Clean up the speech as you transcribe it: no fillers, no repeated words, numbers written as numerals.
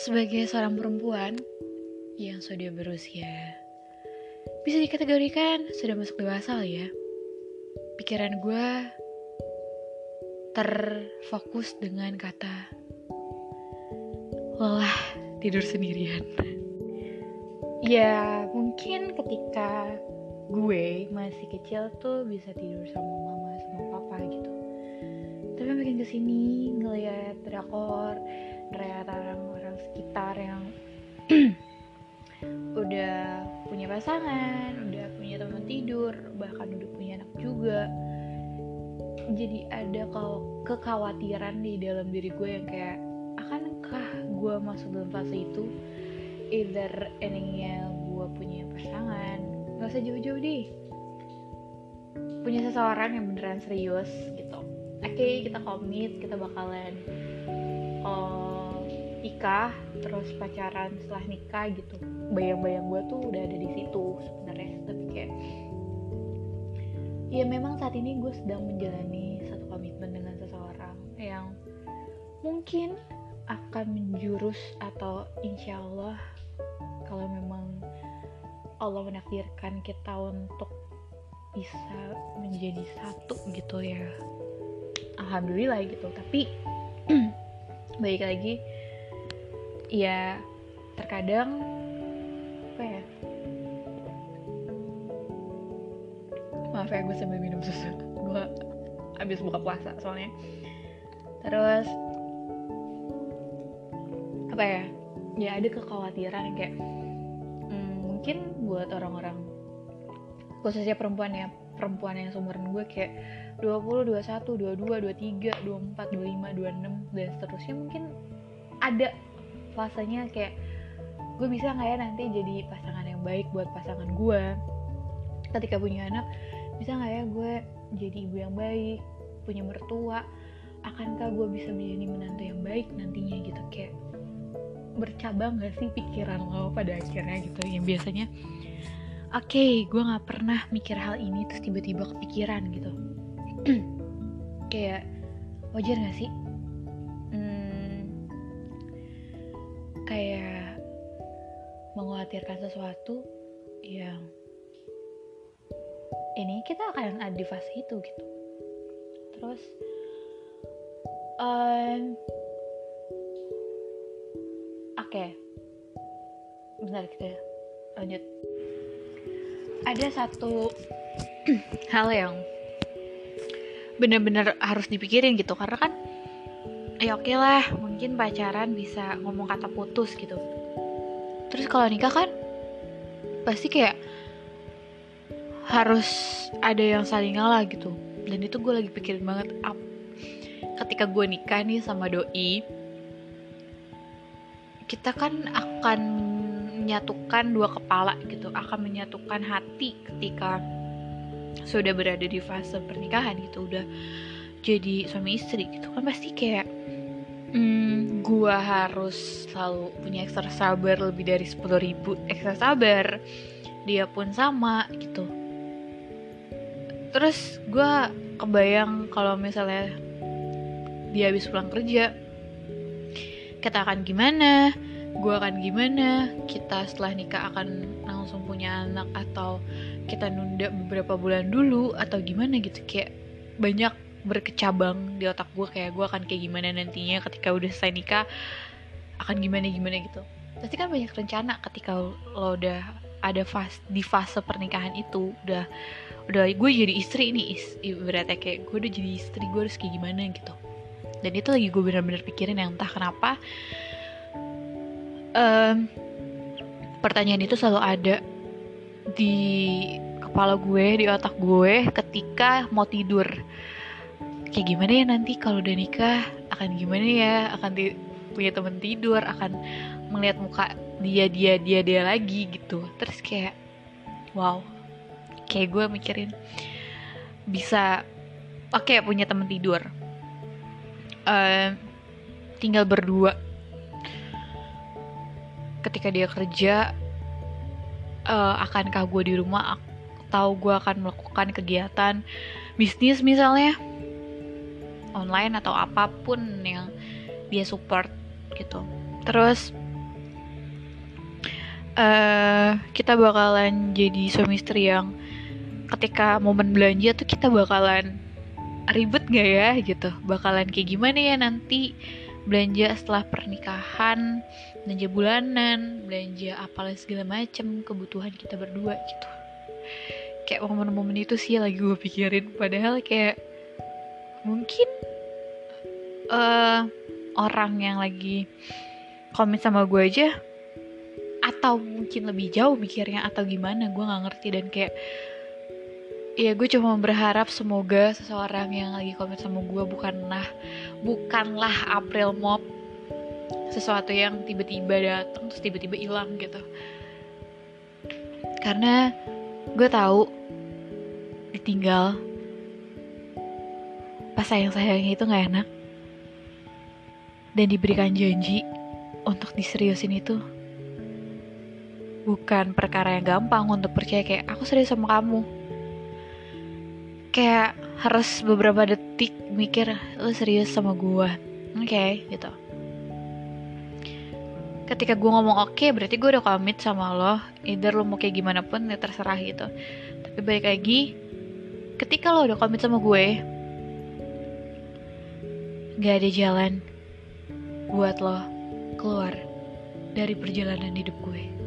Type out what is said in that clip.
Sebagai seorang perempuan yang sudah berusia, bisa dikategorikan sudah masuk dewasa lah ya. Pikiran gue terfokus dengan kata lelah tidur sendirian. Ya mungkin ketika gue masih kecil tuh bisa tidur sama mama sama papa gitu. Tapi makin kesini ngeliat drakor, ngeliat orang-orang sekitar yang udah punya pasangan, udah punya teman tidur, bahkan udah punya anak juga. Jadi ada kekhawatiran di dalam diri gue yang kayak, akankah gue masuk dalam fase itu? Either endingnya gue punya pasangan, gak usah jauh-jauh deh, punya seseorang yang beneran serius gitu. Oke, kita komit, kita bakalan nikah, terus pacaran setelah nikah gitu. Bayang-bayang gue tuh udah ada di situ sebenarnya. Tapi kayak, ya memang saat ini gue sedang menjalani satu komitmen dengan seseorang yang mungkin akan menjurus, atau insya Allah kalau memang Allah menakdirkan kita untuk bisa menjadi satu gitu ya, alhamdulillah gitu. Tapi balik lagi, ya terkadang apa ya, maaf ya gue sambil minum susu, gue abis buka puasa soalnya. Terus apa ya ada kekhawatiran kayak mungkin buat orang-orang, khususnya perempuan yang seumuran gue kayak 20, 21, 22, 23, 24, 25, 26 dan seterusnya, mungkin ada fasenya kayak, gue bisa gak ya nanti jadi pasangan yang baik buat pasangan gue ketika punya anak, bisa gak ya gue jadi ibu yang baik, punya mertua, akankah gue bisa menjadi menantu yang baik nantinya gitu. Kayak bercabang gak sih pikiran lo pada akhirnya gitu, yang biasanya gue gak pernah mikir hal ini terus tiba-tiba kepikiran gitu. Kayak wajar gak sih? Kayak mengkhawatirkan sesuatu yang ini kita akan ada di fase itu gitu. Terus bentar, kita lanjut. Ada satu hal yang benar-benar harus dipikirin gitu, karena kan ya oke lah, mungkin pacaran bisa ngomong kata putus gitu. Terus kalau nikah kan pasti kayak harus ada yang saling ngalah gitu. Dan itu gue lagi pikirin banget ketika gue nikah nih sama doi, kita kan akan menyatukan dua kepala gitu, akan menyatukan hati ketika sudah berada di fase pernikahan gitu, udah jadi suami istri gitu kan. Pasti kayak gue harus selalu punya ekstra sabar, lebih dari 10.000 ekstra sabar, dia pun sama gitu. Terus gue kebayang kalau misalnya dia habis pulang kerja, kita akan gimana, gue akan gimana, kita setelah nikah akan langsung punya anak atau kita nunda beberapa bulan dulu atau gimana gitu. Kayak banyak berkecabang di otak gue, kayak gue akan kayak gimana nantinya ketika udah selesai nikah, akan gimana gitu. Pasti kan banyak rencana ketika lo udah ada di fase pernikahan itu, udah gue jadi istri nih, ibaratnya kayak gue udah jadi istri, gue harus kayak gimana gitu. Dan itu lagi gue benar-benar pikirin, yang entah kenapa pertanyaan itu selalu ada di kepala gue, di otak gue ketika mau tidur. Kayak gimana ya nanti kalau udah nikah, akan gimana ya, akan punya teman tidur, akan melihat muka dia lagi gitu. Terus kayak wow, kayak gue mikirin bisa punya teman tidur, tinggal berdua ketika dia kerja, akankah gue di rumah atau gue akan melakukan kegiatan bisnis misalnya online atau apapun yang dia support gitu. Terus kita bakalan jadi suami istri yang ketika momen belanja tuh kita bakalan ribet gak ya gitu, bakalan kayak gimana ya nanti belanja setelah pernikahan, belanja bulanan, belanja apalah segala macem kebutuhan kita berdua gitu. Kayak momen-momen itu sih lagi gue pikirin, padahal kayak mungkin orang yang lagi komit sama gue aja atau mungkin lebih jauh mikirnya atau gimana, gue nggak ngerti. Dan kayak ya gue cuma berharap semoga seseorang yang lagi komit sama gue bukanlah April Mop, sesuatu yang tiba-tiba datang terus tiba-tiba hilang gitu. Karena gue tahu ditinggal pas sayang-sayangnya itu nggak enak, dan diberikan janji untuk diseriusin itu bukan perkara yang gampang untuk percaya kayak aku serius sama kamu. Kayak harus beberapa detik mikir, lu serius sama gue, oke, gitu. Ketika gue ngomong oke, berarti gue udah komit sama lo. Either lo mau kayak gimana pun ya terserah gitu. Tapi balik lagi, ketika lo udah komit sama gue, gak ada jalan buat lo keluar dari perjalanan hidup gue.